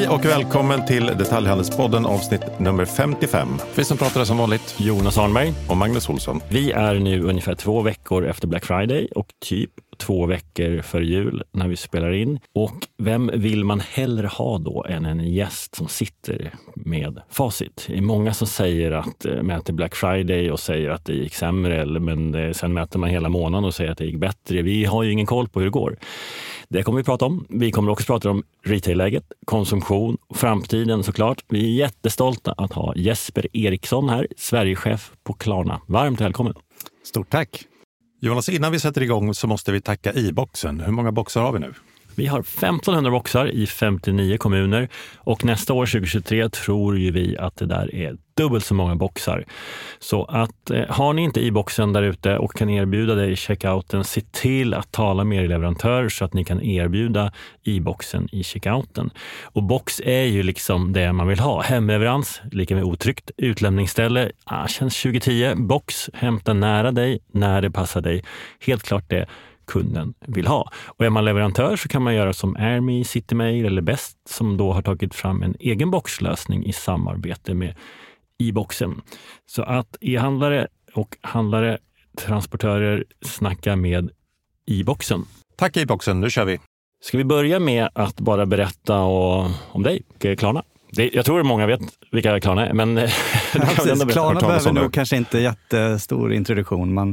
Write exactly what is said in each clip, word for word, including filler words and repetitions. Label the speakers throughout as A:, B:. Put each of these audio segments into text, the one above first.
A: Hej och välkommen till Detaljhandelspodden avsnitt nummer femtiofem. Vi som pratar som vanligt,
B: Jonas Arnberg
A: och Magnus Olsson.
B: Vi är nu ungefär två veckor efter Black Friday och typ två veckor för jul när vi spelar in. Och vem vill man hellre ha då än en gäst som sitter med facit? Det är många som säger att mäter Black Friday och säger att det gick sämre, men sen mäter man hela månaden och säger att det gick bättre. Vi har ju ingen koll på hur det går. Det kommer vi prata om. Vi kommer också prata om retail-läget, konsumtion och framtiden såklart. Vi är jättestolta att ha Jesper Eriksson här, Sverigechef på Klarna. Varmt välkommen.
C: Stort tack.
A: Jonas, innan vi sätter igång så måste vi tacka i-boxen. Hur många boxar har vi nu?
B: Vi har femtonhundra boxar i femtionio kommuner och nästa år tjugohundratjugotre tror ju vi att det där är dubbelt så många boxar. Så att eh, har ni inte i-boxen där ute och kan erbjuda det i checkouten, se till att tala med er leverantör så att ni kan erbjuda i-boxen i checkouten. Och box är ju liksom det man vill ha. Hemleverans, lika med otryggt. Utlämningsställe, ah, känns tjugohundratio. Box, hämta nära dig, när det passar dig. Helt klart det kunden vill ha. Och är man leverantör så kan man göra som AirMe, Citymail eller Best som då har tagit fram en egen boxlösning i samarbete med i-boxen. Så att e-handlare och handlare, transportörer snackar med i-boxen.
A: Tack i-boxen, nu kör vi.
B: Ska vi börja med att bara berätta och, om dig, Klarna? Det, jag tror många vet vilka Klarna är, men
C: ja, precis, Klarna behöver nog kanske inte jättestor introduktion, men,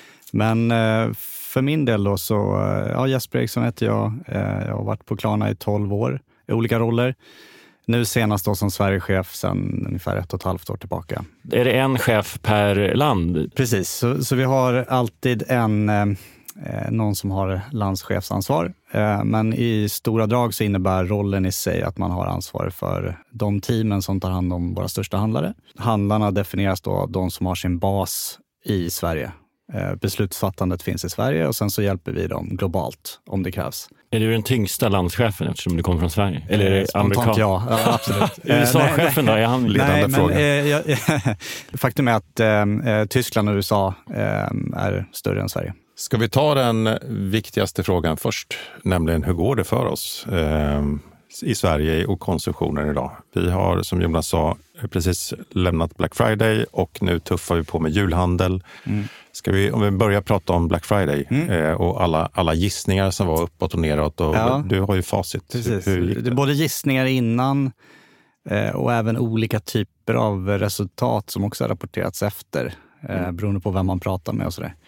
C: men för min del då så, ja, Jesper Eriksson heter jag. Jag har varit på Klarna i tolv år i olika roller. Nu senast då som Sverigechef sedan ungefär ett och ett halvt år tillbaka.
B: Är det en chef per land?
C: Precis, så, så vi har alltid en, eh, någon som har landschefsansvar. Eh, men i stora drag så innebär rollen i sig att man har ansvar för de teamen som tar hand om våra största handlare. Handlarna definieras då av de som har sin bas i Sverige. Beslutsfattandet finns i Sverige och sen så hjälper vi dem globalt om det krävs.
B: Är du den tyngsta landschefen eftersom du kommer från Sverige? Eller är det amerikan?
C: Ja, ja, absolut.
B: U S A-chefen då? Är han ledande
C: nej,
B: fråga?
C: Men, eh, ja, faktum är att eh, Tyskland och U S A eh, är större än Sverige.
A: Ska vi ta den viktigaste frågan först, nämligen hur går det för oss eh, i Sverige och konsumtionen idag? Vi har, som Jonas sa, precis lämnat Black Friday och nu tuffar vi på med julhandel. Mm. Ska vi, om vi börjar prata om Black Friday mm. eh, och alla, alla gissningar som var uppåt och neråt. Och,
C: ja.
A: Du har ju facit.
C: Precis.
A: Hur gick det?
C: Det är både gissningar innan eh, och även olika typer av resultat som också har rapporterats efter. Eh, mm. Beroende på vem man pratar med och sådär.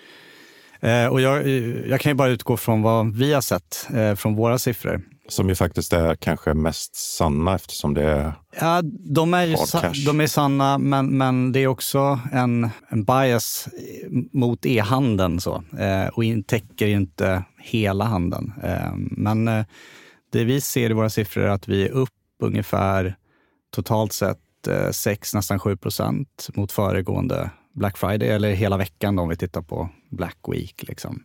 C: Eh, och jag, jag kan ju bara utgå från vad vi har sett eh, från våra siffror.
A: Som ju faktiskt är kanske mest sanna eftersom det är
C: ja, de är ju sa- de är sanna, men, men det är också en, en bias mot e-handeln så, eh, och in, täcker inte hela handeln. Eh, men eh, det vi ser i våra siffror är att vi är upp ungefär totalt sett eh, sex, nästan sju procent mot föregående Black Friday eller hela veckan då, om vi tittar på Black Week liksom.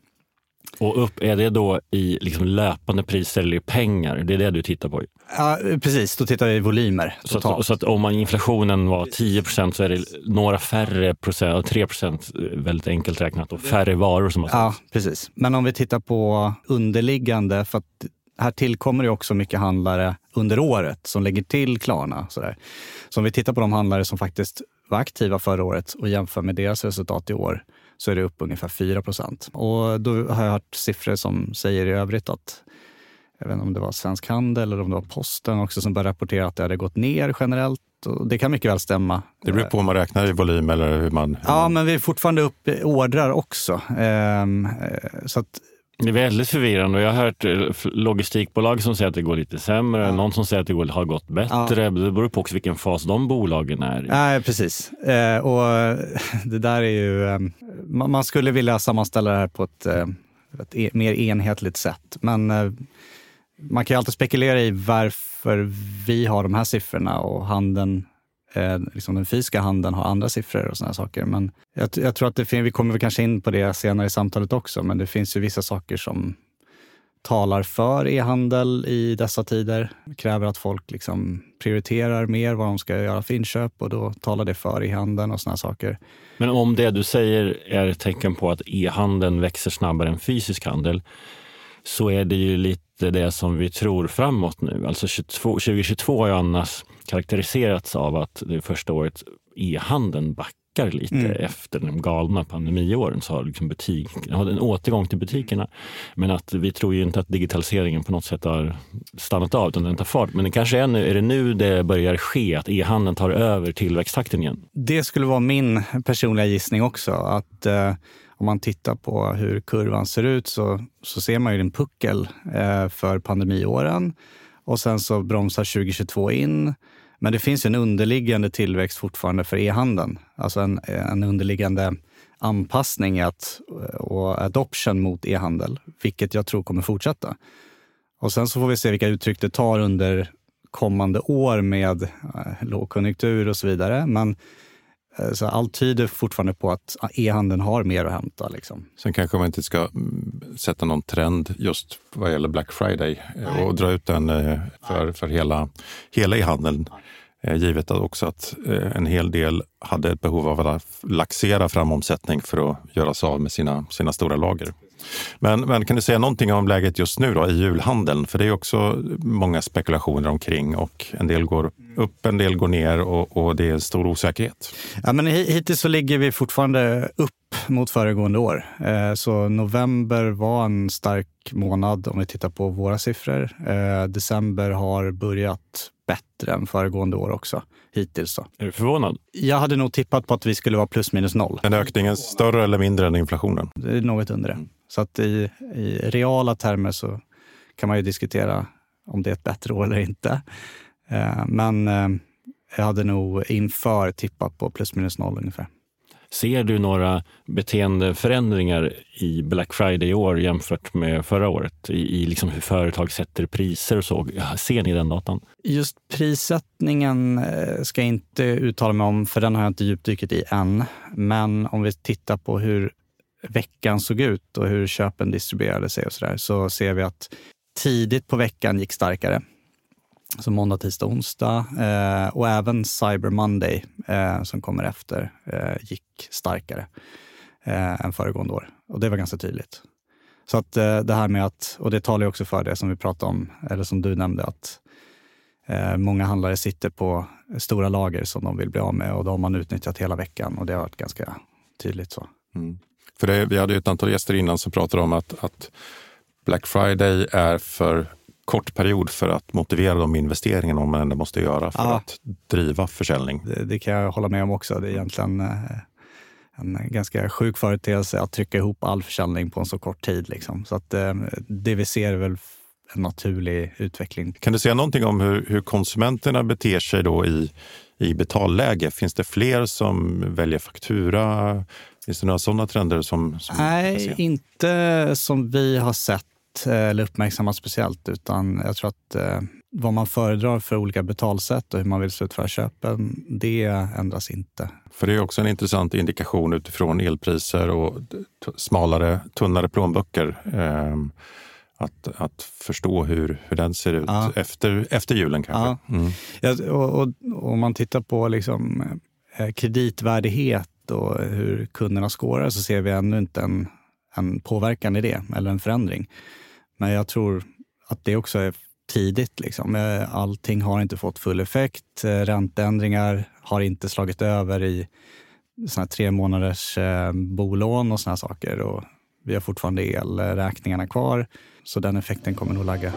B: Och upp, är det då i liksom löpande priser eller pengar? Det är det du tittar på?
C: Ja, precis. Då tittar vi i volymer totalt.
B: Så att, så att om man, inflationen var tio procent så är det några färre procent, tre procent väldigt enkelt räknat och färre varor som har sålt.
C: Ja, precis. Men om vi tittar på underliggande, för att här tillkommer ju också mycket handlare under året som lägger till Klarna. Sådär. Så om vi tittar på de handlare som faktiskt var aktiva förra året och jämför med deras resultat i år, så är det upp ungefär fyra procent. Och då har jag hört siffror som säger i övrigt att, jag vet inte om det var Svensk Handel eller om det var Posten också som började rapportera att det hade gått ner generellt. Och det kan mycket väl stämma.
A: Det beror på om man räknar i volym eller hur man... Hur
C: ja,
A: man...
C: men vi är fortfarande upp i ordrar också. Ehm, så att...
B: Det är väldigt förvirrande och jag har hört logistikbolag som säger att det går lite sämre, ja. Någon som säger att det går, har gått bättre. Ja. Det beror på också vilken fas de bolagen är i.
C: Ja, precis. Eh, och det där är ju... Eh, man skulle vilja sammanställa det här på ett, eh, ett e- mer enhetligt sätt. Men eh, man kan ju alltid spekulera i varför vi har de här siffrorna och handeln, eh, liksom den fysiska handeln har andra siffror och såna här saker. Men jag, jag tror att det finns, vi kommer väl kanske in på det senare i samtalet också, men det finns ju vissa saker som talar för e-handel i dessa tider. Kräver att folk liksom prioriterar mer vad de ska göra för inköp och då talar det för e-handeln och såna här saker.
B: Men om det du säger är ett tecken på att e-handeln växer snabbare än fysisk handel, så är det ju lite inte det som vi tror framåt nu. Alltså tjugo tjugotvå har ju annars karaktäriserats av att det första året e-handeln backar lite mm. efter de galna pandemiåren, så har liksom butik, har en återgång till butikerna. Men att vi tror ju inte att digitaliseringen på något sätt har stannat av, utan den tar fart. Men det kanske är nu, är det nu det börjar ske att e-handeln tar över tillväxttakten igen? Det skulle vara min personliga gissning också, att eh, om man tittar på hur kurvan ser ut så, så ser man ju en puckel eh, för pandemiåren och sen så bromsar tjugo tjugotvå in. Men det finns ju en underliggande tillväxt fortfarande för e-handeln. Alltså en, en underliggande anpassning att, och adoption mot e-handel, vilket jag tror kommer fortsätta. Och sen så får vi se vilka uttryck det tar under kommande år med lågkonjunktur och så vidare. Men så allt tyder fortfarande på att e-handeln har mer att hämta. Liksom.
A: Sen kanske man inte ska sätta någon trend just vad gäller Black Friday Nej. och dra ut den för, för hela, hela e-handeln. Givet att också att en hel del hade ett behov av att laxera fram omsättning för att göra sig av med sina, sina stora lager. Men, men kan du säga någonting om läget just nu då i julhandeln? För det är också många spekulationer omkring och en del går upp, en del går ner och, och det är en stor osäkerhet.
C: Ja, men hittills så ligger vi fortfarande upp mot föregående år. Så november var en stark månad om vi tittar på våra siffror. December har börjat bättre än föregående år också, hittills. Så.
B: Är du förvånad?
C: Jag hade nog tippat på att vi skulle vara plus minus noll.
A: En ökningen större eller mindre än inflationen?
C: Det är något under det. Så att i, i reala termer så kan man ju diskutera om det är ett bättre år eller inte. Men jag hade nog inför tippat på plus minus noll ungefär.
B: Ser du några beteendeförändringar i Black Friday i år jämfört med förra året? I, i liksom hur företag sätter priser och så. Ser ni den datan?
C: Just prissättningen ska jag inte uttala mig om, för den har jag inte djupdykt i än. Men om vi tittar på hur veckan såg ut och hur köpen distribuerade sig och så där, så ser vi att tidigt på veckan gick starkare. Så måndag, tisdag, onsdag eh, och även Cyber Monday eh, som kommer efter eh, gick starkare eh, än föregående år. Och det var ganska tydligt. Så att eh, det här med att, och det talar ju också för det som vi pratade om, eller som du nämnde, att eh, många handlare sitter på stora lager som de vill bli av med och då har man utnyttjat hela veckan och det har varit ganska tydligt så.
A: Mm. För det, vi hade ju ett antal gäster innan som pratade om att, att Black Friday är för kort period för att motivera de investeringarna man ändå måste göra för ja. att driva försäljning.
C: Det, det kan jag hålla med om också. Det är egentligen en ganska sjuk företeelse att trycka ihop all försäljning på en så kort tid. Liksom. Så att det vi ser är väl en naturlig utveckling.
A: Kan du säga någonting om hur, hur konsumenterna beter sig då i, i betalläge? Finns det fler som väljer faktura? Finns det några sådana trender som... som
C: Nej, inte som vi har sett eller uppmärksammat speciellt, utan jag tror att eh, vad man föredrar för olika betalsätt och hur man vill slutföra köpen, det ändras inte.
A: För det är också en intressant indikation utifrån elpriser och smalare, tunnare plånböcker. Eh, att, att förstå hur, hur den ser ut ja. efter, efter julen kanske.
C: Ja. Mm. Ja, och, och, och om man tittar på liksom, eh, kreditvärdighet och hur kunderna skårar, så ser vi ännu inte en, en påverkan i det eller en förändring. Men jag tror att det också är tidigt. Liksom. Allting har inte fått full effekt. Ränteändringar har inte slagit över i såna här tre månaders eh, bolån och såna här saker. Och vi har fortfarande elräkningarna kvar. Så den effekten kommer nog lagga.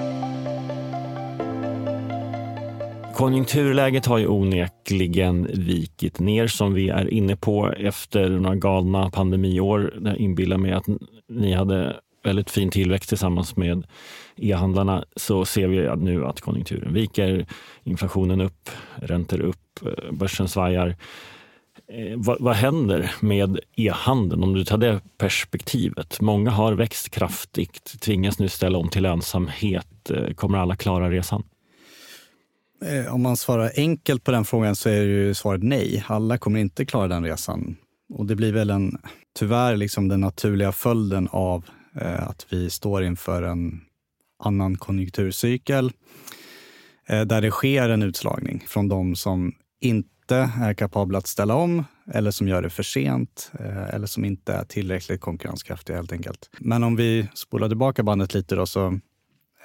B: Konjunkturläget har ju onekligen vikit ner, som vi är inne på efter några galna pandemiår. Jag inbillar mig att ni hade väldigt fin tillväxt tillsammans med e-handlarna, så ser vi nu att konjunkturen viker, inflationen upp, räntor upp, börsen svajar. Eh, vad, vad händer med e-handeln om du tar det perspektivet? Många har växt kraftigt, tvingas nu ställa om till lönsamhet. Kommer alla klara resan?
C: Om man svarar enkelt på den frågan så är ju svaret nej. Alla kommer inte klara den resan. Och det blir väl en, tyvärr liksom den naturliga följden av eh, att vi står inför en annan konjunkturcykel eh, där det sker en utslagning från de som inte är kapabla att ställa om eller som gör det för sent eh, eller som inte är tillräckligt konkurrenskraftiga helt enkelt. Men om vi spolar tillbaka bandet lite då, så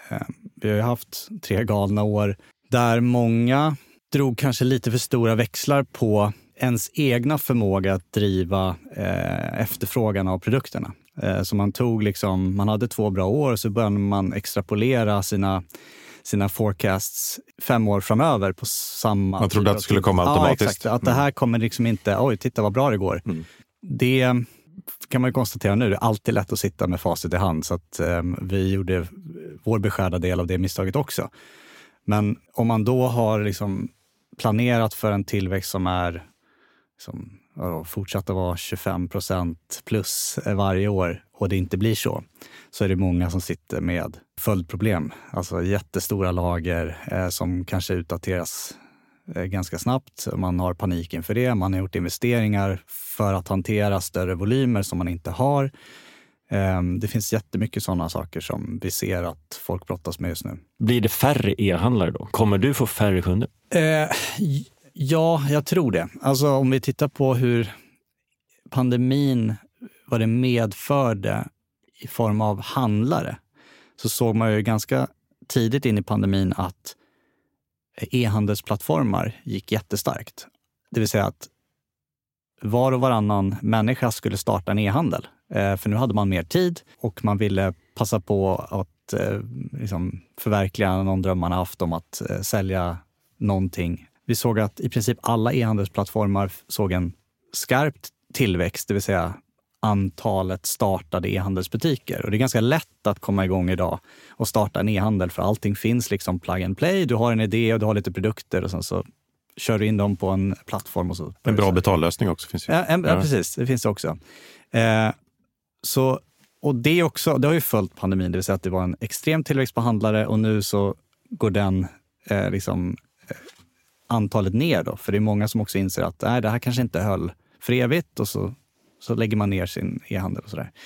C: Vi har ju haft tre galna år där många drog kanske lite för stora växlar på ens egna förmåga att driva eh, efterfrågan av produkterna. Eh, så man tog liksom, man hade två bra år, så började man extrapolera sina, sina forecasts fem år framöver på samma...
A: Man trodde att det skulle komma automatiskt.
C: Ja, exakt. Att det här kommer liksom inte, oj, titta vad bra det går. Mm. Det kan man ju konstatera nu, det är alltid lätt att sitta med facit i hand, så att eh, vi gjorde vår beskärda del av det misstaget också. Men om man då har liksom planerat för en tillväxt som är som ja, fortsatt att vara tjugofem procent plus varje år och det inte blir så, så är det många som sitter med följdproblem. Alltså jättestora lager eh, som kanske utdateras eh, ganska snabbt. Man har panik inför det. Man har gjort investeringar för att hantera större volymer som man inte har. Eh, det finns jättemycket sådana saker som vi ser att folk brottas med just nu.
B: Blir det färre e-handlare då? Kommer du få färre kunder?
C: Eh, Ja, jag tror det. Alltså om vi tittar på hur pandemin, vad det medförde i form av handlare, så såg man ju ganska tidigt in i pandemin att e-handelsplattformar gick jättestarkt. Det vill säga att var och varannan människa skulle starta en e-handel. För nu hade man mer tid och man ville passa på att liksom, förverkliga någon dröm man haft om att sälja någonting. Vi såg att i princip alla e-handelsplattformar såg en skarpt tillväxt, det vill säga antalet startade e-handelsbutiker. Och det är ganska lätt att komma igång idag och starta en e-handel, för allting finns liksom plug and play. Du har en idé och du har lite produkter och sen så kör du in dem på en plattform. Och så.
A: En bra betallösning också finns ju.
C: Ja, en, ja, precis. Det finns det också. Eh, så, och det, också, det har ju följt pandemin, det vill säga att det var en extrem tillväxt på handlare och nu så går den eh, liksom... antalet ner då, för det är många som också inser att nej, det här kanske inte höll för evigt och så, så lägger man ner sin e-handel och sådär.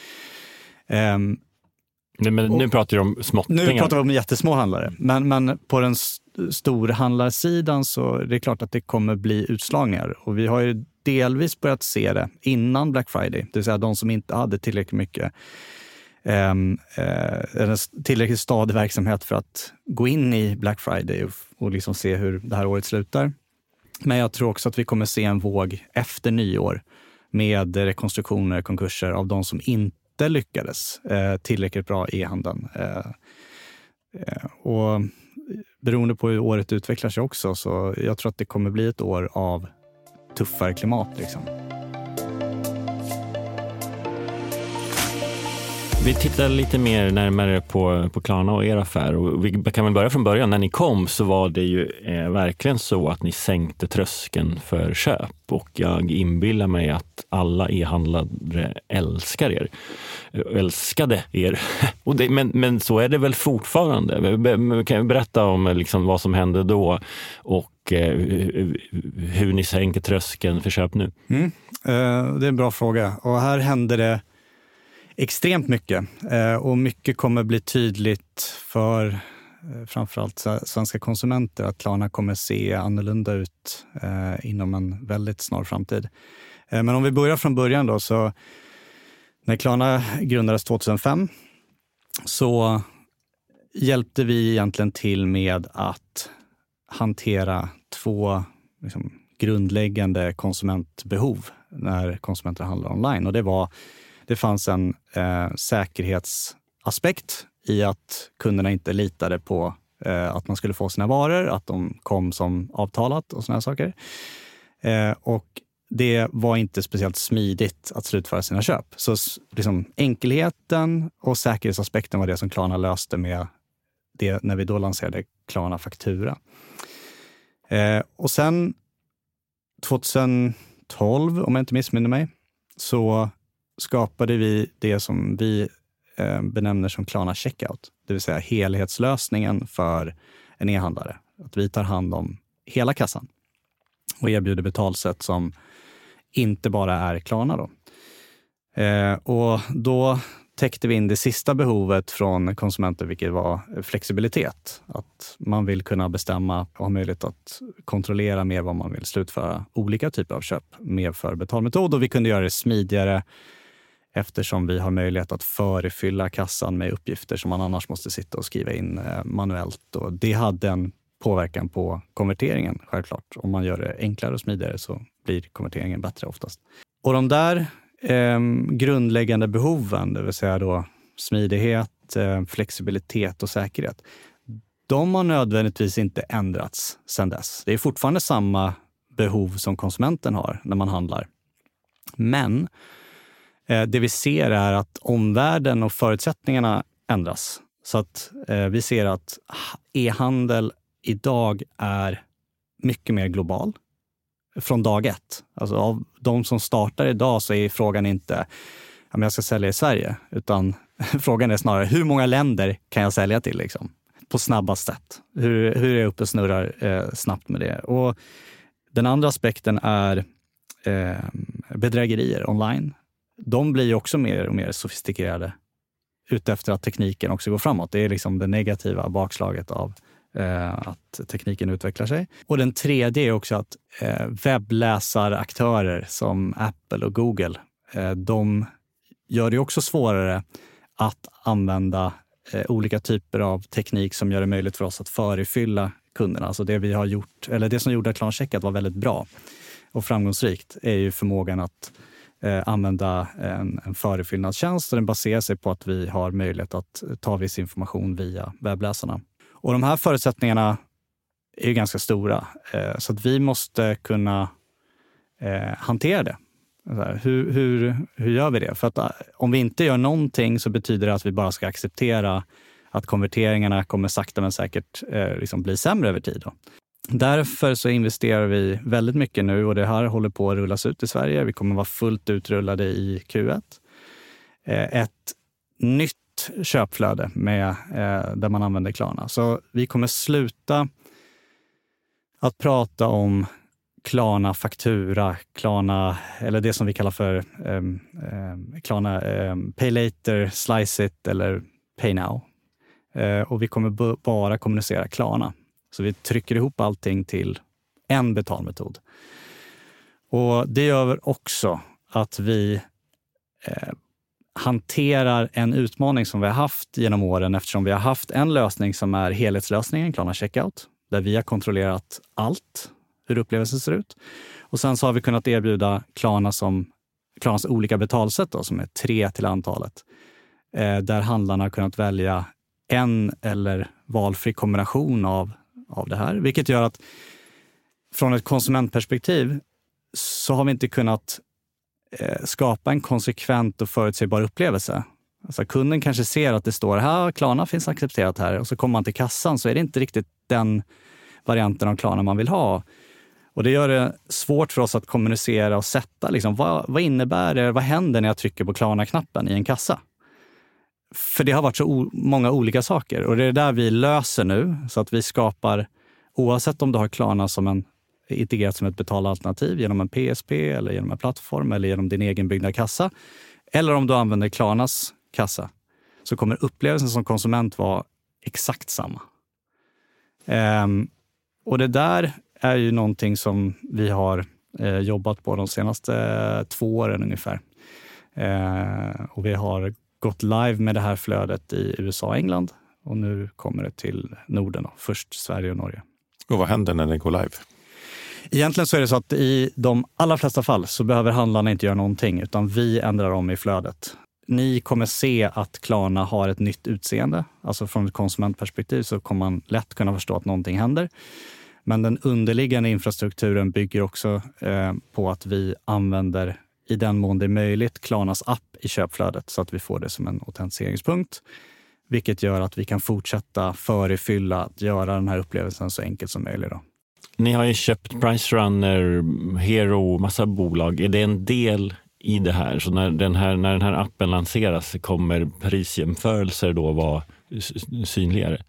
C: Um,
B: nej, men nu pratar du om småttingar.
C: Nu pratar vi om jättesmå handlare, men, men på den st- storhandlarsidan så är det klart att det kommer bli utslagningar och vi har ju delvis börjat se det innan Black Friday, det vill säga de som inte hade tillräckligt mycket Um, uh, en tillräckligt stadig verksamhet för att gå in i Black Friday och, och liksom se hur det här året slutar. Men jag tror också att vi kommer se en våg efter nyår med rekonstruktioner, konkurser av de som inte lyckades uh, tillräckligt bra i e-handeln. Uh, uh, och beroende på hur året utvecklar sig också, så jag tror att det kommer bli ett år av tuffare klimat liksom.
B: Vi tittar lite mer närmare på, på Klarna och er affär. Och vi kan väl börja från början. När ni kom så var det ju eh, verkligen så att ni sänkte tröskeln för köp. Och jag inbillar mig att alla e-handlare älskar er. Älskade er. och det, men, men så är det väl fortfarande. Kan vi berätta om liksom, vad som hände då och eh, hur ni sänker tröskeln för köp nu?
C: Mm. Uh, det är en bra fråga. Och här hände det extremt mycket eh, och mycket kommer bli tydligt för eh, framförallt svenska konsumenter att Klarna kommer se annorlunda ut eh, inom en väldigt snar framtid. Eh, men om vi börjar från början då, så när Klarna grundades tjugohundrafem så hjälpte vi egentligen till med att hantera två liksom, grundläggande konsumentbehov när konsumenter handlar online, och det var Det fanns en eh, säkerhetsaspekt i att kunderna inte litade på eh, att man skulle få sina varor, att de kom som avtalat och såna här saker. Eh, och det var inte speciellt smidigt att slutföra sina köp. Så liksom, enkelheten och säkerhetsaspekten var det som Klarna löste med det när vi då lanserade Klarna Faktura. Eh, och sen tjugotolv, om jag inte missminner mig, så skapade vi det som vi eh, benämner som Klarna Checkout. Det vill säga helhetslösningen för en e-handlare. Att vi tar hand om hela kassan och erbjuder betalsätt som inte bara är Klarna då. Eh, och då täckte vi in det sista behovet från konsumenter, vilket var flexibilitet. Att man vill kunna bestämma och ha möjlighet att kontrollera mer vad man vill slutföra olika typer av köp med för betalmetod. Och vi kunde göra det smidigare, eftersom vi har möjlighet att förefylla kassan med uppgifter som man annars måste sitta och skriva in eh, manuellt. Och det hade en påverkan på konverteringen, självklart. Om man gör det enklare och smidigare så blir konverteringen bättre oftast. Och de där eh, grundläggande behoven, det vill säga då smidighet, eh, flexibilitet och säkerhet, de har nödvändigtvis inte ändrats sedan dess. Det är fortfarande samma behov som konsumenten har när man handlar. Men eh, det vi ser är att omvärlden och förutsättningarna ändras. Så att eh, vi ser att e-handel idag är mycket mer global från dag ett. Alltså av de som startar idag så är frågan inte om jag ska sälja i Sverige, utan frågan är snarare hur många länder kan jag sälja till liksom, på snabbast sätt. Hur, hur är jag uppe och snurrar eh, snabbt med det? Och den andra aspekten är eh, bedrägerier online. De blir också mer och mer sofistikerade utefter att tekniken också går framåt. Det är liksom det negativa bakslaget av eh, att tekniken utvecklar sig. Och den tredje är också att eh, webbläsaraktörer som Apple och Google, eh, de gör det också svårare att använda eh, olika typer av teknik som gör det möjligt för oss att förefylla kunderna. Alltså det vi har gjort, eller det som gjorde att Klarna Checkout var väldigt bra och framgångsrikt är ju förmågan att eh, använda en, en förefyllnadstjänst, och den baserar sig på att vi har möjlighet att ta viss information via webbläsarna. Och de här förutsättningarna är ju ganska stora, eh, så att vi måste kunna eh, hantera det. Hur, hur, hur gör vi det? För att om vi inte gör någonting så betyder det att vi bara ska acceptera att konverteringarna kommer sakta men säkert eh, liksom bli sämre över tid. Då. Därför så investerar vi väldigt mycket nu, och det här håller på att rullas ut i Sverige. Vi kommer vara fullt utrullade i Q ett. Eh, ett nytt köpflöde med, eh, där man använder Klarna. Så vi kommer sluta att prata om Klarna faktura, Klarna, eller det som vi kallar för um, um, Klarna um, Pay Later, Slice It eller Pay Now. Uh, och vi kommer b- bara kommunicera Klarna. Så vi trycker ihop allting till en betalmetod. Och det gör också att vi uh, hanterar en utmaning som vi har haft genom åren, eftersom vi har haft en lösning som är helhetslösningen, Klarna Checkout, där vi har kontrollerat allt, hur upplevelsen ser ut. Och sen så har vi kunnat erbjuda Klarna som Klarnas olika betalsätt då, som är tre till antalet. Eh, där handlarna har kunnat välja en eller valfri kombination av, av det här. Vilket gör att från ett konsumentperspektiv så har vi inte kunnat eh, skapa en konsekvent och förutsägbar upplevelse. Alltså kunden kanske ser att det står här, Klarna finns accepterat här, och så kommer man till kassan så är det inte riktigt den varianten av Klarna man vill ha. Och det gör det svårt för oss att kommunicera och sätta. Liksom, vad, vad innebär det? Vad händer när jag trycker på Klarna-knappen i en kassa? För det har varit så o- många olika saker. Och det är där vi löser nu. Så att vi skapar, oavsett om du har Klarna som en, integrerat som ett betalalternativ genom en P S P eller genom en plattform eller genom din egen byggda kassa. Eller om du använder Klarnas kassa. Så kommer upplevelsen som konsument vara exakt samma. Um, och det där är ju någonting som vi har eh, jobbat på de senaste eh, två åren ungefär. Eh, och vi har gått live med det här flödet i U S A och England. Och nu kommer det till Norden då. Först Sverige och Norge.
A: Och vad händer när det går live?
C: Egentligen så är det så att i de allra flesta fall så behöver handlarna inte göra någonting, utan vi ändrar om i flödet. Ni kommer se att Klarna har ett nytt utseende. Alltså från ett konsumentperspektiv så kommer man lätt kunna förstå att någonting händer. Men den underliggande infrastrukturen bygger också eh, på att vi använder, i den mån det är möjligt, Klarnas app i köpflödet så att vi får det som en autentiseringspunkt. Vilket gör att vi kan fortsätta förefylla att göra den här upplevelsen så enkelt som möjligt. Då.
B: Ni har ju köpt Pricerunner, Hero, massa bolag. Är det en del i det här? Så när den här, när den här appen lanseras kommer prisjämförelser då vara synligare?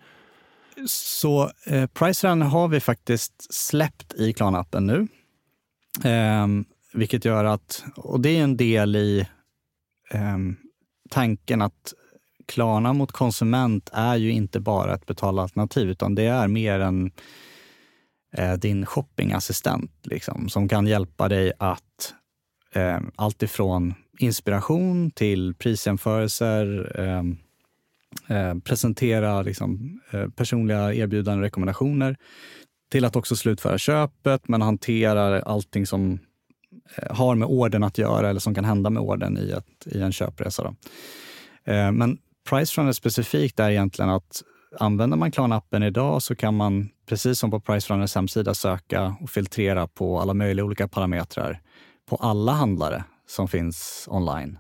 C: Så eh, Pricerunner har vi faktiskt släppt i Klarna-appen nu. Eh, vilket gör att, och det är en del i eh, tanken att Klarna mot konsument är ju inte bara ett betalalternativ, utan det är mer en eh, din shoppingassistent liksom, som kan hjälpa dig att eh, allt ifrån inspiration till prisjämförelser, eh, eh, presentera liksom, eh, personliga erbjudanden och rekommendationer, till att också slutföra köpet, men hanterar allting som eh, har med orden att göra eller som kan hända med orden i, ett, i en köpresa. Då. Eh, men Pricerunner specifikt är egentligen att använder man Klarna-appen idag så kan man, precis som på Pricerunners hemsida, söka och filtrera på alla möjliga olika parametrar på alla handlare som finns online.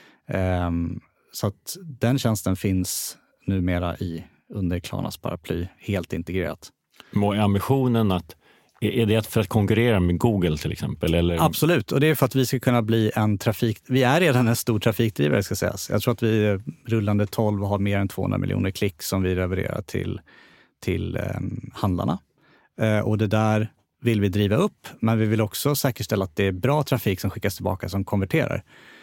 C: Um, så att den tjänsten finns numera i, under Klarnas paraply, helt integrerat.
B: Är ambitionen att, är det för att konkurrera med Google till exempel? Eller?
C: Absolut, och det är för att vi ska kunna bli en trafik... Vi är redan en stor trafikdrivare, ska sägas. Jag tror att vi är rullande tolv och har mer än tvåhundra miljoner klick som vi levererar till, till um, handlarna. Uh, och det där vill vi driva upp, men vi vill också säkerställa att det är bra trafik som skickas tillbaka som konverterar.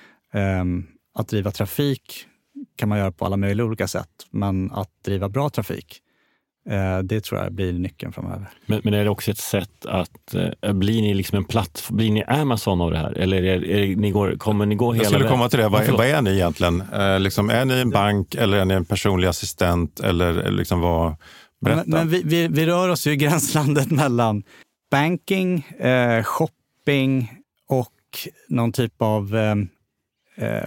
C: Um, att driva trafik kan man göra på alla möjliga olika sätt, men att driva bra trafik, uh, det tror jag blir nyckeln framöver.
B: Men, men är det också ett sätt att, uh, blir ni liksom en plattform, blir ni Amazon av det här? Eller är, är, ni går, kommer ni gå hela...
A: Jag skulle komma till det, vad, vad är ni egentligen? Uh, liksom, är ni en bank eller är ni en personlig assistent eller liksom vad...
C: Men, men vi, vi, vi rör oss ju i gränslandet mellan banking, eh, shopping och någon typ av eh, eh,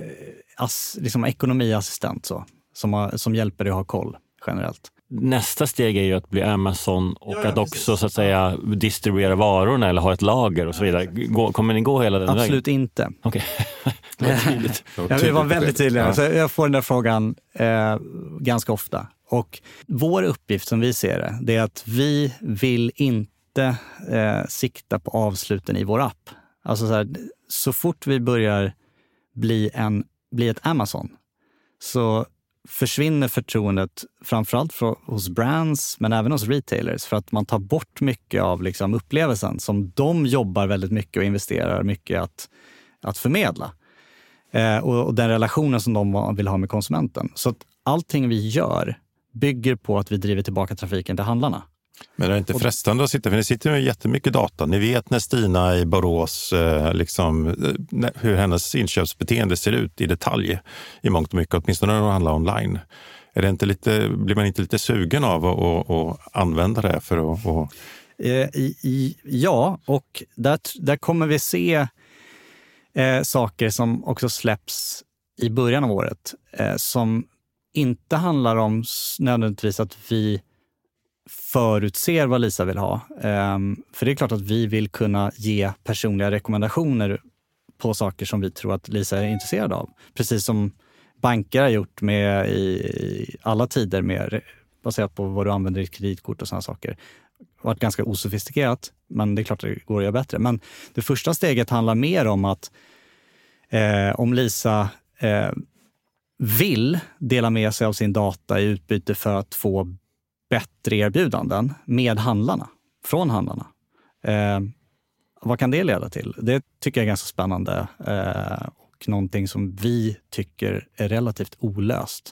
C: ass, liksom ekonomiassistent så, som, har, som hjälper dig att ha koll generellt.
B: Nästa steg är ju att bli Amazon och
C: ja, ja,
B: att också så att säga distribuera varorna eller ha ett lager och så vidare. Gå, kommer ni gå hela den vägen?
C: Absolut inte.
B: Okej. Okay.
C: Jag vill vara väldigt tydlig. Ja. Så jag får den där frågan eh, ganska ofta. Och vår uppgift som vi ser det, det är att vi vill inte eh, sikta på avsluten i vår app. Alltså så här, så fort vi börjar bli, en, bli ett Amazon så försvinner förtroendet framförallt för, hos brands men även hos retailers, för att man tar bort mycket av liksom, upplevelsen som de jobbar väldigt mycket och investerar mycket att, att förmedla. Eh, och, och den relationen som de vill ha med konsumenten. Så att allting vi gör bygger på att vi driver tillbaka trafiken till handlarna.
A: Men det är inte frestande att sitta, för ni sitter med jättemycket data. Ni vet när Stina i Borås, eh, liksom, eh, hur hennes inköpsbeteende ser ut i detalj i mångt och mycket, åtminstone när det handlar online. Är det inte lite, blir man inte lite sugen av att, att, att använda det för att... att...
C: Eh, i, i, ja, och där, där kommer vi se eh, saker som också släpps i början av året eh, som inte handlar om nödvändigtvis att vi förutser vad Lisa vill ha. Um, för det är klart att vi vill kunna ge personliga rekommendationer på saker som vi tror att Lisa är intresserad av. Precis som banker har gjort med i, i alla tider med, baserat på vad du använder i kreditkort och sådana saker. Det har varit ganska osofistikerat, men det är klart att det går att göra bättre. Men det första steget handlar mer om att eh, om Lisa eh, vill dela med sig av sin data i utbyte för att få bättre erbjudanden med handlarna, från handlarna. Eh, vad kan det leda till? Det tycker jag är ganska spännande eh, och någonting som vi tycker är relativt olöst.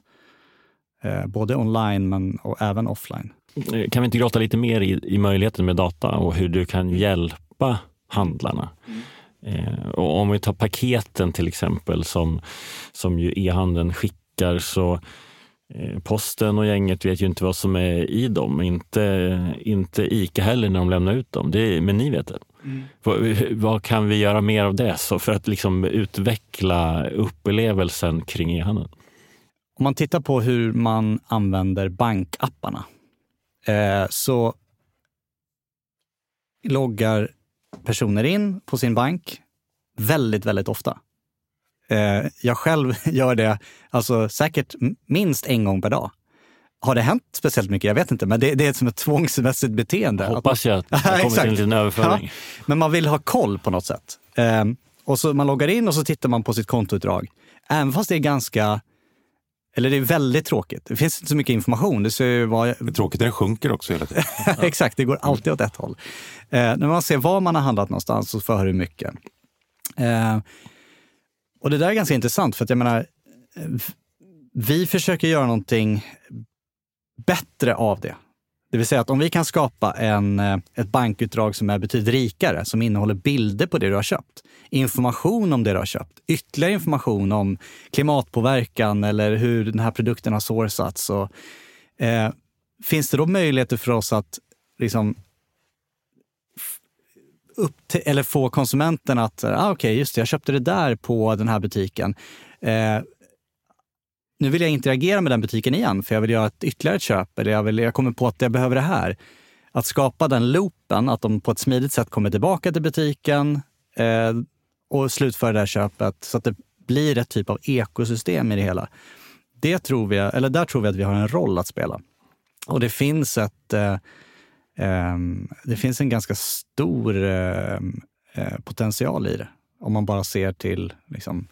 C: Eh, både online men och även offline.
B: Kan vi inte grotta lite mer i, i möjligheten med data och hur du kan hjälpa handlarna? Mm. Eh, och om vi tar paketen till exempel som, som ju e-handeln skickar, så eh, posten och gänget vet ju inte vad som är i dem. Inte, inte ICA heller när de lämnar ut dem. Det är, men ni vet det. Mm. Vad, vad kan vi göra mer av det så för att liksom utveckla upplevelsen kring e-handeln?
C: Om man tittar på hur man använder bankapparna eh, så loggar personer in på sin bank väldigt, väldigt ofta. Eh, jag själv gör det alltså säkert minst en gång per dag. Har det hänt speciellt mycket? Jag vet inte, men det, det är som ett tvångsmässigt beteende.
B: Jag hoppas jag att det kommer till en liten överföring.
C: Ja, men man vill ha koll på något sätt. Eh, och så man loggar in och så tittar man på sitt kontoutdrag. Även fast det är ganska... Eller det är väldigt tråkigt. Det finns inte så mycket information. Det ser ju vad...
A: Det är tråkigt, den sjunker också hela tiden.
C: Exakt, det går alltid åt ett håll. Eh, när man ser var man har handlat någonstans så för hur mycket. Eh, och det där är ganska intressant för att jag menar, vi försöker göra någonting bättre av det. Det vill säga att om vi kan skapa en, ett bankutdrag som är betydligt rikare, som innehåller bilder på det du har köpt, information om det du har köpt, ytterligare information om klimatpåverkan eller hur den här produkten har sourcats. Och, eh, finns det då möjligheter för oss att liksom upp till, eller få konsumenten att, ah, okej, okay, just det, jag köpte det där på den här butiken. Eh, nu vill jag interagera med den butiken igen för jag vill göra ett ytterligare ett köp eller jag, vill, jag kommer på att jag behöver det här. Att skapa den loopen, att de på ett smidigt sätt kommer tillbaka till butiken eh, och slutföra det här köpet så att det blir ett typ av ekosystem i det hela. Det tror vi, eller där tror vi att vi har en roll att spela. Och det finns ett eh, eh, det finns en ganska stor eh, potential i det. Om man bara ser till liksom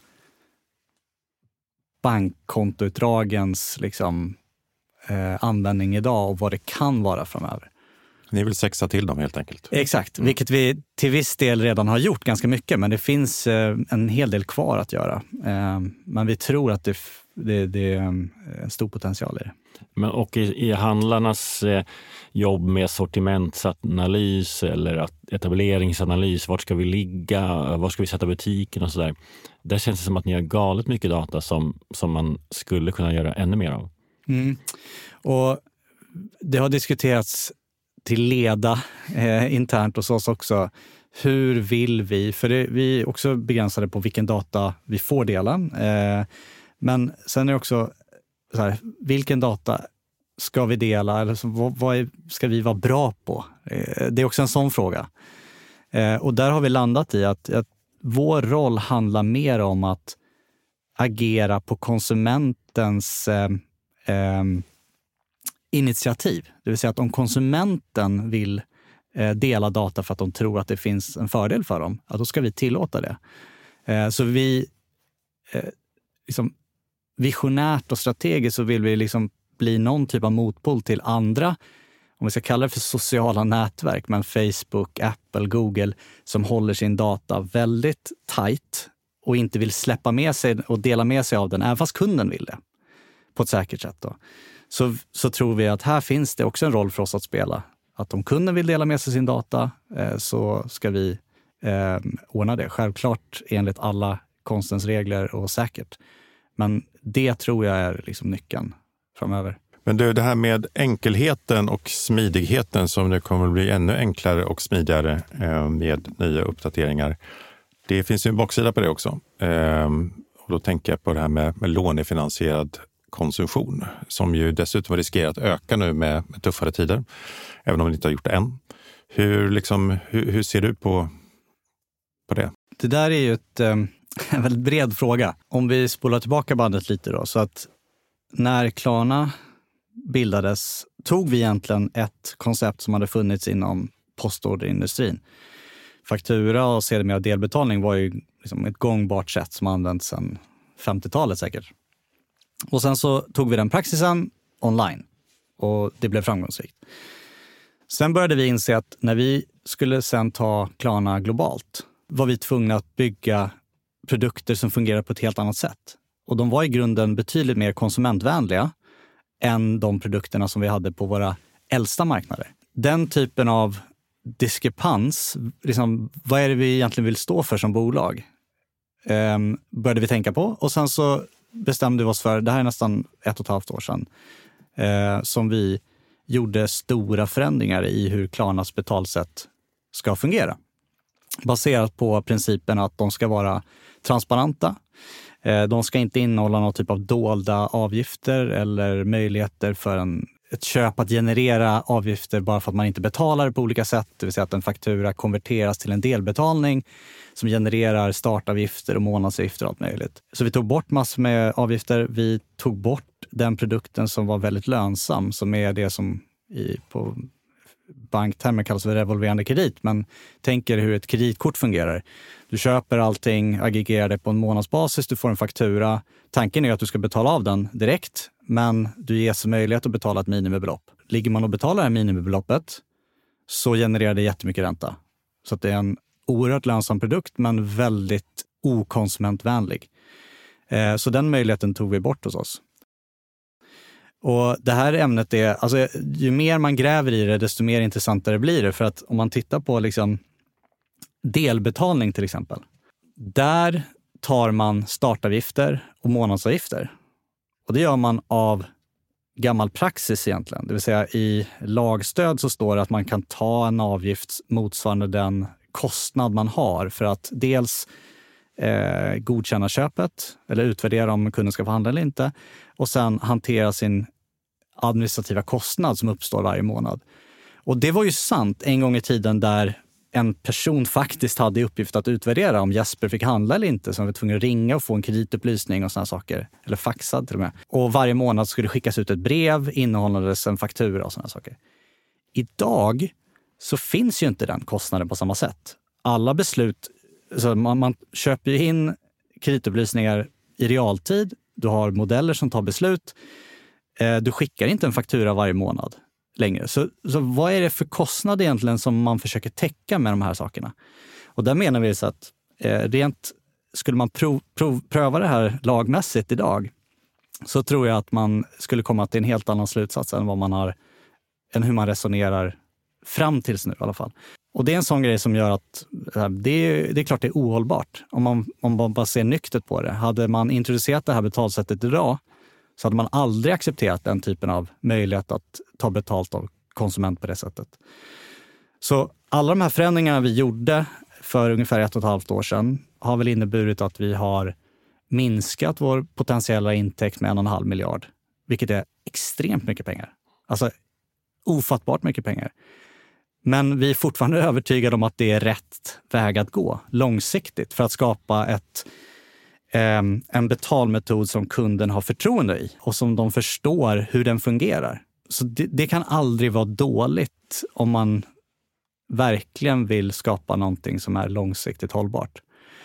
C: bankkontoutdragens liksom, eh, användning idag och vad det kan vara framöver.
A: Ni vill sexa till dem helt enkelt.
C: Exakt, mm. vilket vi till viss del redan har gjort ganska mycket, men det finns eh, en hel del kvar att göra. Eh, men vi tror att det, det, det är en stor potential i det.
B: Men och i, i handlarnas eh, jobb med sortimentsanalys eller att, etableringsanalys, vart ska vi ligga, var ska vi sätta butiken och sådär. Där känns det som att ni har galet mycket data som, som man skulle kunna göra ännu mer av. Mm.
C: Och det har diskuterats till leda eh, internt hos oss också. Hur vill vi? För det, vi är också begränsade på vilken data vi får dela. Eh, men sen är det också så här, vilken data ska vi dela? Eller så, vad, vad är, ska vi vara bra på? Eh, det är också en sån fråga. Eh, och där har vi landat i att, att vår roll handlar mer om att agera på konsumentens eh, eh, initiativ. Det vill säga att om konsumenten vill eh, dela data för att de tror att det finns en fördel för dem, ja, då ska vi tillåta det. Eh, så vi eh, liksom, visionärt och strategiskt så vill vi liksom bli någon typ av motpol till andra, om vi ska kalla det för sociala nätverk, men Facebook, Apple, Google, som håller sin data väldigt tight och inte vill släppa med sig och dela med sig av den, även fast kunden vill det på ett säkert sätt då. Så, så tror vi att här finns det också en roll för oss att spela. Att om kunden vill dela med sig sin data eh, så ska vi eh, ordna det. Självklart enligt alla konstens regler och säkert. Men det tror jag är liksom nyckeln framöver.
A: Men du, det här med enkelheten och smidigheten som nu kommer att bli ännu enklare och smidigare eh, med nya uppdateringar. Det finns ju en baksida på det också. Eh, och då tänker jag på det här med, med lånefinansierad konsumtion som ju dessutom riskerar att öka nu med, med tuffare tider, även om vi inte har gjort det än. Hur, liksom, hur, hur ser du på, på det?
C: Det där är ju ett, en väldigt bred fråga. Om vi spolar tillbaka bandet lite då, så att när Klarna bildades tog vi egentligen ett koncept som hade funnits inom postorderindustrin. Faktura och sedermera delbetalning var ju liksom ett gångbart sätt som använts sedan femtiotalet säkert. Och sen så tog vi den praxisen online och det blev framgångsrikt. Sen började vi inse att när vi skulle sen ta Klarna globalt var vi tvungna att bygga produkter som fungerar på ett helt annat sätt. Och de var i grunden betydligt mer konsumentvänliga än de produkterna som vi hade på våra äldsta marknader. Den typen av diskrepans, liksom, vad är det vi egentligen vill stå för som bolag? Eh, började vi tänka på och sen så bestämde vi oss för, det här är nästan ett och ett halvt år sedan, eh, som vi gjorde stora förändringar i hur Klarnas betalsätt ska fungera. Baserat på principen att de ska vara transparenta. Eh, de ska inte innehålla någon typ av dolda avgifter eller möjligheter för en, ett köp att generera avgifter bara för att man inte betalar på olika sätt. Det vill säga att en faktura konverteras till en delbetalning som genererar startavgifter och månadsavgifter och allt möjligt. Så vi tog bort massor med avgifter. Vi tog bort den produkten som var väldigt lönsam, som är det som i, på banktermer kallas för revolverande kredit. Men tänk er hur ett kreditkort fungerar. Du köper allting, aggregerar det på en månadsbasis, du får en faktura. Tanken är att du ska betala av den direkt, men du ges möjlighet att betala ett minimibelopp. Ligger man och betalar det här minimibeloppet så genererar det jättemycket ränta. Så att det är en oerhört lönsam produkt men väldigt okonsumentvänlig. Eh, så den möjligheten tog vi bort hos oss. Och det här ämnet är, alltså ju mer man gräver i det, desto mer intressantare blir det. För att om man tittar på liksom delbetalning till exempel, där tar man startavgifter och månadsavgifter. Och det gör man av gammal praxis egentligen. Det vill säga i lagstöd så står det att man kan ta en avgift motsvarande den kostnad man har för att dels eh, godkänna köpet eller utvärdera om kunden ska få handla eller inte och sen hantera sin administrativa kostnad som uppstår varje månad. Och det var ju sant en gång i tiden där en person faktiskt hade i uppgift att utvärdera om Jesper fick handla eller inte. Så han var tvungen att ringa och få en kreditupplysning och såna saker. Eller faxad till och med. Och varje månad skulle det skickas ut ett brev innehållandes en faktura och såna saker. Idag så finns ju inte den kostnaden på samma sätt. Alla beslut, så man, man köper ju in kreditupplysningar i realtid. Du har modeller som tar beslut. Eh, du skickar inte en faktura varje månad längre. Så, så vad är det för kostnad egentligen som man försöker täcka med de här sakerna? Och där menar vi så att eh, rent skulle man prov, prov, pröva det här lagmässigt idag så tror jag att man skulle komma till en helt annan slutsats än vad man har, än hur man resonerar fram tills nu i alla fall. Och det är en sån grej som gör att det är, det är klart det är ohållbart om man, om man bara ser nyktert på det. Hade man introducerat det här betalsättet idag så hade man aldrig accepterat den typen av möjlighet att ta betalt av konsument på det sättet. Så alla de här förändringarna vi gjorde för ungefär ett och ett halvt år sedan har väl inneburit att vi har minskat vår potentiella intäkt med en och en halv miljard. Vilket är extremt mycket pengar. Alltså ofattbart mycket pengar. Men vi är fortfarande övertygade om att det är rätt väg att gå långsiktigt för att skapa ett en betalmetod som kunden har förtroende i och som de förstår hur den fungerar. Så det, det kan aldrig vara dåligt om man verkligen vill skapa någonting som är långsiktigt hållbart.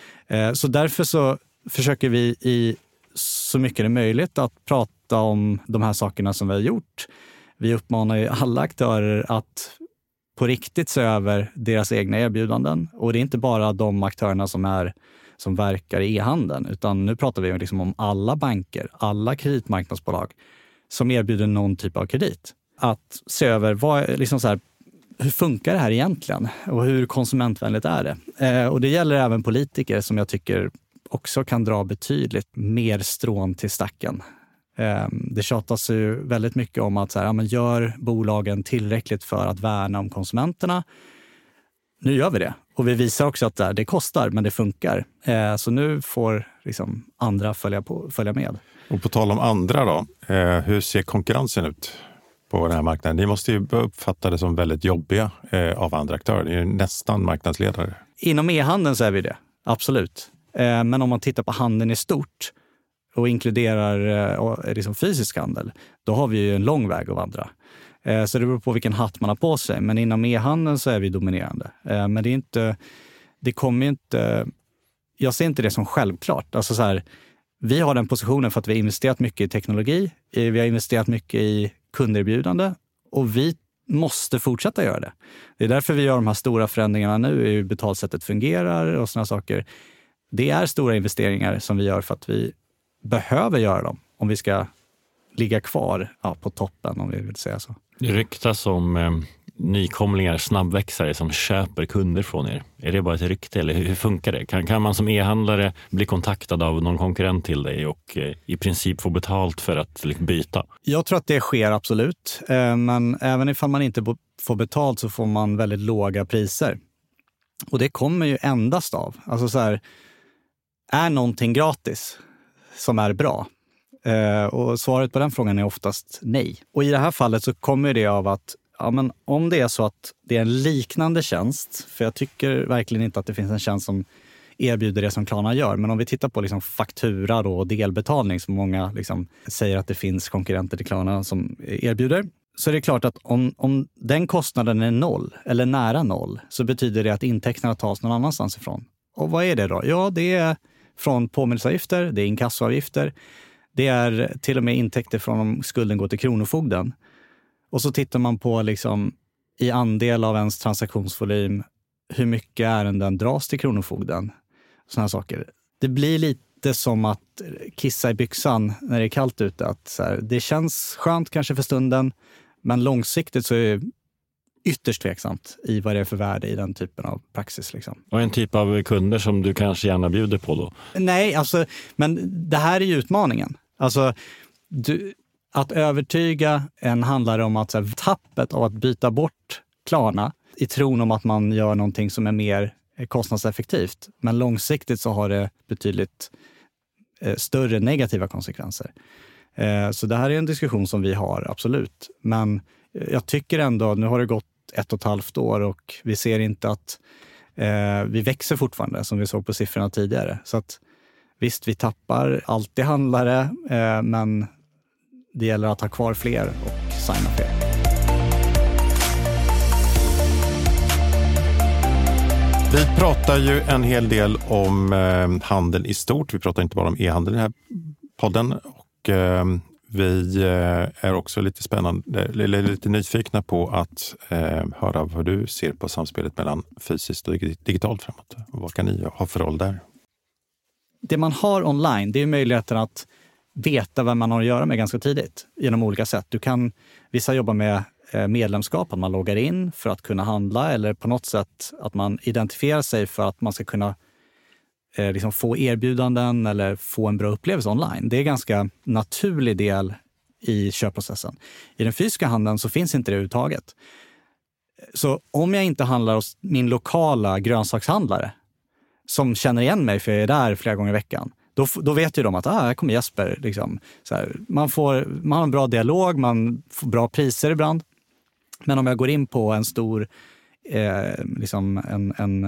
C: Så därför så försöker vi i så mycket det är möjligt att prata om de här sakerna som vi har gjort. Vi uppmanar ju alla aktörer att på riktigt se över deras egna erbjudanden. Och det är inte bara de aktörerna som är som verkar i e-handeln, utan nu pratar vi liksom om alla banker, alla kreditmarknadsbolag som erbjuder någon typ av kredit. Att se över vad, liksom så här, hur funkar det här egentligen och hur konsumentvänligt är det? Eh, och det gäller även politiker som jag tycker också kan dra betydligt mer strån till stacken. Eh, det tjatas ju väldigt mycket om att så här, ja, men gör bolagen tillräckligt för att värna om konsumenterna. Nu gör vi det. Och vi visar också att det kostar, men det funkar. Eh, så nu får liksom andra följa, på, följa med.
A: Och på tal om andra då, eh, hur ser konkurrensen ut på den här marknaden? Ni måste ju uppfatta det som väldigt jobbiga eh, av andra aktörer. Ni är nästan marknadsledare.
C: Inom e-handeln så är vi det, absolut. Eh, men om man tittar på handeln i stort och inkluderar eh, liksom fysisk handel, då har vi ju en lång väg att vandra. Så det beror på vilken hatt man har på sig. Men inom e-handeln så är vi dominerande. Men det är inte, det kommer inte, jag ser inte det som självklart. Alltså så här, vi har den positionen för att vi har investerat mycket i teknologi. Vi har investerat mycket i kunderbjudande. Och vi måste fortsätta göra det. Det är därför vi gör de här stora förändringarna nu. Hur betalsättet fungerar och såna saker. Det är stora investeringar som vi gör för att vi behöver göra dem. Om vi ska ligga kvar ja, på toppen, om vi vill säga så.
B: Det ryktas om eh, nykomlingar, snabbväxare som köper kunder från er. Är det bara ett rykte eller hur funkar det? Kan, kan man som e-handlare bli kontaktad av någon konkurrent till dig och eh, i princip få betalt för att liksom, byta?
C: Jag tror att det sker absolut. Eh, men även ifall man inte får betalt så får man väldigt låga priser. Och det kommer ju endast av. Alltså så här, är någonting gratis som är bra? Uh, och svaret på den frågan är oftast nej. Och i det här fallet så kommer det av att ja, men om det är så att det är en liknande tjänst, för jag tycker verkligen inte att det finns en tjänst som erbjuder det som Klarna gör, men om vi tittar på liksom faktura då, och delbetalning som många liksom säger att det finns konkurrenter till Klarna som erbjuder, så är det klart att om, om den kostnaden är noll eller nära noll så betyder det att intäkterna tas någon annanstans ifrån. Och vad är det då? Ja, det är från påminnelseavgifter, det är inkassoavgifter. Det är till och med intäkter från om skulden går till kronofogden. Och så tittar man på liksom, i andel av ens transaktionsvolym hur mycket ärenden dras till kronofogden. Sådana saker. Det blir lite, lite som att kissa i byxan när det är kallt ute. Att så här, det känns skönt kanske för stunden, men långsiktigt så är det ytterst tveksamt i vad det är för värde i den typen av praxis. Liksom.
B: Och en typ av kunder som du kanske gärna bjuder på då?
C: Nej, alltså, men det här är ju utmaningen. Alltså, du, att övertyga en handlar om att så här, tappet av att byta bort Klarna i tron om att man gör någonting som är mer kostnadseffektivt. Men långsiktigt så har det betydligt eh, större negativa konsekvenser. Eh, så det här är en diskussion som vi har, absolut. Men jag tycker ändå, nu har det gått ett och ett halvt år och vi ser inte att eh, vi växer fortfarande som vi såg på siffrorna tidigare. Så att visst, vi tappar alltid handlare, eh, men det gäller att ha kvar fler och signa fler.
A: Vi pratar ju en hel del om eh, handel i stort. Vi pratar inte bara om e-handel i den här podden. Och eh, vi eh, är också lite spännande, eller lite nyfikna på att eh, höra vad du ser på samspelet mellan fysiskt och digitalt framåt. Och vad kan ni ha för roll där?
C: Det man har online, det är möjligheten att veta vad man har att göra med ganska tidigt genom olika sätt. Du kan, vissa jobbar med medlemskap, att man loggar in för att kunna handla, eller på något sätt att man identifierar sig för att man ska kunna eh, liksom få erbjudanden eller få en bra upplevelse online. Det är en ganska naturlig del i köpprocessen. I den fysiska handeln så finns inte det överhuvudtaget. Så om jag inte handlar hos min lokala grönsakshandlare som känner igen mig för jag är där flera gånger i veckan, Då, då vet ju de att ah, här kommer Jesper. Liksom. Så här, man, får, man har en bra dialog, man får bra priser ibland. Men om jag går in på en stor, eh, liksom en, en,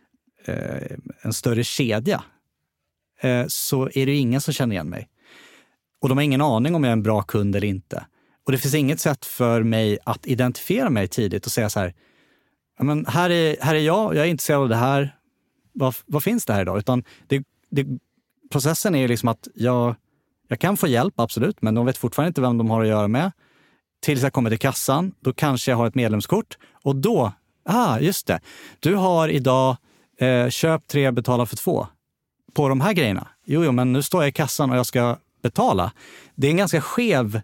C: eh, en större kedja eh, så är det ingen som känner igen mig. Och de har ingen aning om jag är en bra kund eller inte. Och det finns inget sätt för mig att identifiera mig tidigt och säga så här, ja, men här, är, här är jag, jag är intresserad av det här. Vad, vad finns det här idag? Utan det, det processen är ju liksom att jag, jag kan få hjälp, absolut, men de vet fortfarande inte vem de har att göra med. Tills jag kommer till kassan, då kanske jag har ett medlemskort. Och då, ah just det, du har idag eh, köpt tre, betala för två på de här grejerna. Jo, jo, men nu står jag i kassan och jag ska betala. Det är en ganska skev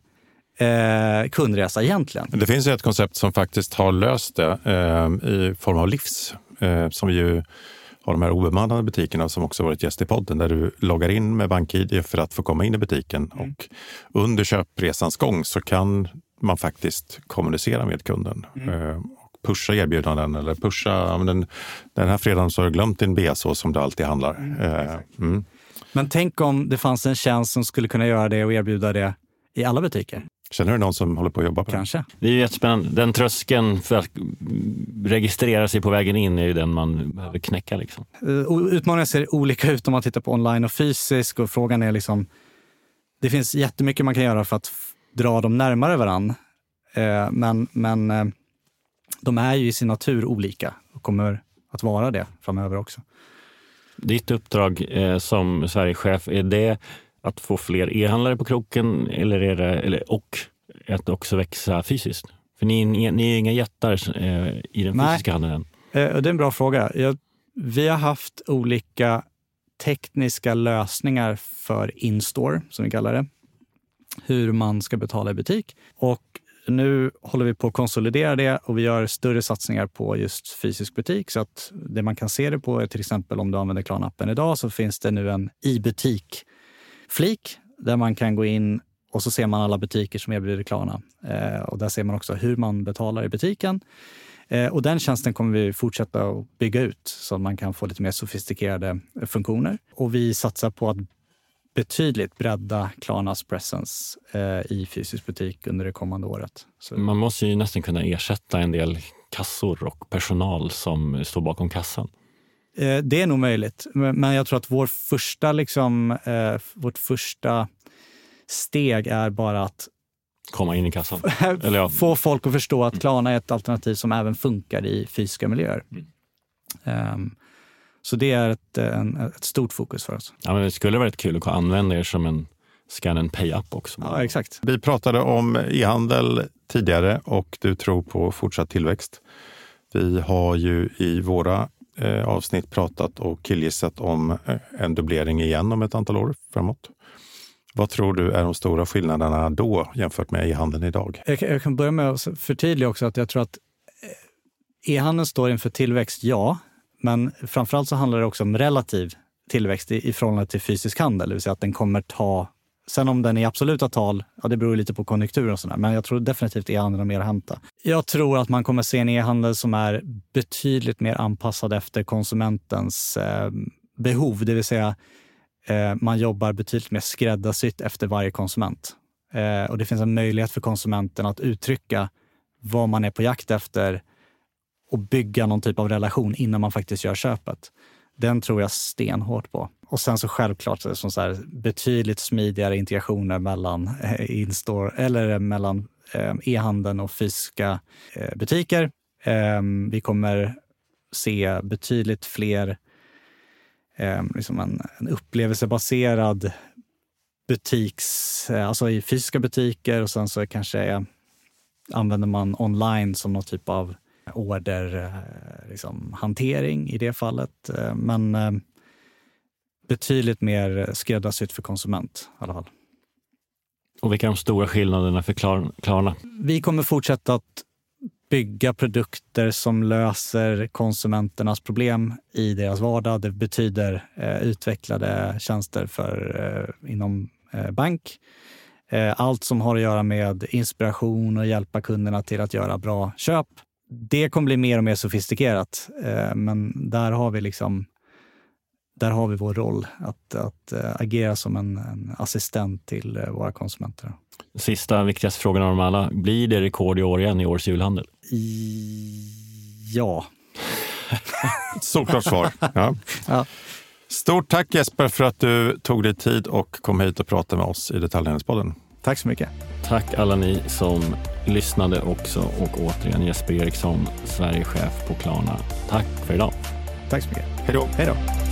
C: eh, kundresa egentligen.
A: Det finns ju ett koncept som faktiskt har löst det eh, i form av Livs, eh, som ju har de här obemannade butikerna som också varit gäst i podden, där du loggar in med BankID för att få komma in i butiken. Mm. Och under köpresans gång så kan man faktiskt kommunicera med kunden. Mm. Eh, och pusha erbjudanden eller pusha, den, den här fredagen så har du glömt din B S O som du alltid handlar. Mm. Eh, mm.
C: Men tänk om det fanns en tjänst som skulle kunna göra det och erbjuda det i alla butiker.
A: Känner du någon som håller på att jobba på det?
C: Kanske.
B: Det är ju jättespännande. Den tröskeln för att registrera sig på vägen in är ju den man behöver knäcka. Liksom.
C: Utmaningar ser olika ut om man tittar på online och fysisk. Och frågan är liksom, det finns jättemycket man kan göra för att f- dra dem närmare varann. Eh, men men eh, de är ju i sin natur olika och kommer att vara det framöver också.
B: Ditt uppdrag eh, som Sverigechef, är det att få fler e-handlare på kroken eller är det, eller, och att också växa fysiskt? För ni, ni, ni är inga jättar eh, i den
C: Nej.
B: fysiska handeln.
C: Eh, det är en bra fråga. Jag, vi har haft olika tekniska lösningar för in-store, som vi kallar det. Hur man ska betala i butik. Och nu håller vi på att konsolidera det och vi gör större satsningar på just fysisk butik. Så att det man kan se det på är till exempel om du använder Klarna-appen idag, så finns det nu en i-butik flik där man kan gå in och så ser man alla butiker som erbjuder Klarna. Eh, och där ser man också hur man betalar i butiken. Eh, och den tjänsten kommer vi fortsätta att bygga ut så att man kan få lite mer sofistikerade funktioner. Och vi satsar på att betydligt bredda Klarnas presence eh, i fysisk butik under det kommande året. Så.
B: Man måste ju nästan kunna ersätta en del kassor och personal som står bakom kassan.
C: Det är nog möjligt, men jag tror att vår första, liksom, eh, vårt första steg är bara att
B: komma in i kassan. Eller ja.
C: Få folk att förstå att Klarna är ett alternativ som även funkar i fysiska miljöer. Mm. Um, så det är ett, en, ett stort fokus för oss.
B: Ja, men det skulle varit kul att använda er som en scan and pay-app också.
C: Ja, exakt.
A: Vi pratade om e-handel tidigare och du tror på fortsatt tillväxt. Vi har ju i våra eh, avsnitt pratat och killgissat om eh, en dubblering igen om ett antal år framåt. Vad tror du är de stora skillnaderna då jämfört med e-handeln idag?
C: Jag kan, jag kan börja med att förtydliga också att jag tror att e-handeln står inför tillväxt, ja. Men framförallt så handlar det också om relativ tillväxt i, i förhållande till fysisk handel. Det vill säga att den kommer ta, sen om den är absoluta tal, ja det beror lite på konjunktur och sådär. Men jag tror definitivt e-handeln har mer att hämta. Jag tror att man kommer se en e-handel som är betydligt mer anpassad efter konsumentens eh, behov. Det vill säga eh, man jobbar betydligt mer skräddarsytt efter varje konsument. Eh, och det finns en möjlighet för konsumenten att uttrycka vad man är på jakt efter och bygga någon typ av relation innan man faktiskt gör köpet. Den tror jag stenhårt på. Och sen så självklart så, som så här, betydligt smidigare integrationer mellan eh, in-store eller mellan eh, e-handeln och fysiska eh, butiker. Eh, vi kommer se betydligt fler eh, liksom en, en upplevelsebaserad butiks, eh, alltså i fysiska butiker, och sen så kanske eh, använder man online som någon typ av order liksom, hantering i det fallet. Men eh, betydligt mer skräddarsytt för konsument i alla fall.
B: Och vilka är de stora skillnaderna för Klarna?
C: Vi kommer fortsätta att bygga produkter som löser konsumenternas problem i deras vardag. Det betyder eh, utvecklade tjänster för, eh, inom eh, bank. Eh, allt som har att göra med inspiration och hjälpa kunderna till att göra bra köp. Det kommer bli mer och mer sofistikerat, eh, men där har vi liksom där har vi vår roll att, att äh, agera som en, en assistent till äh, våra konsumenter.
B: Sista viktigaste frågan av dem alla. Blir det rekord i år igen i års julhandel?
C: I... Ja.
A: Såklart svar. Ja. Ja. Stort tack Jesper för att du tog dig tid och kom hit och pratade med oss i Detaljhandelspodden.
C: Tack så mycket.
B: Tack alla ni som lyssnade också, och återigen Jesper Eriksson, Sverigechef på Klarna. Tack för idag.
C: Tack så mycket.
A: Hej då.
C: Hej då.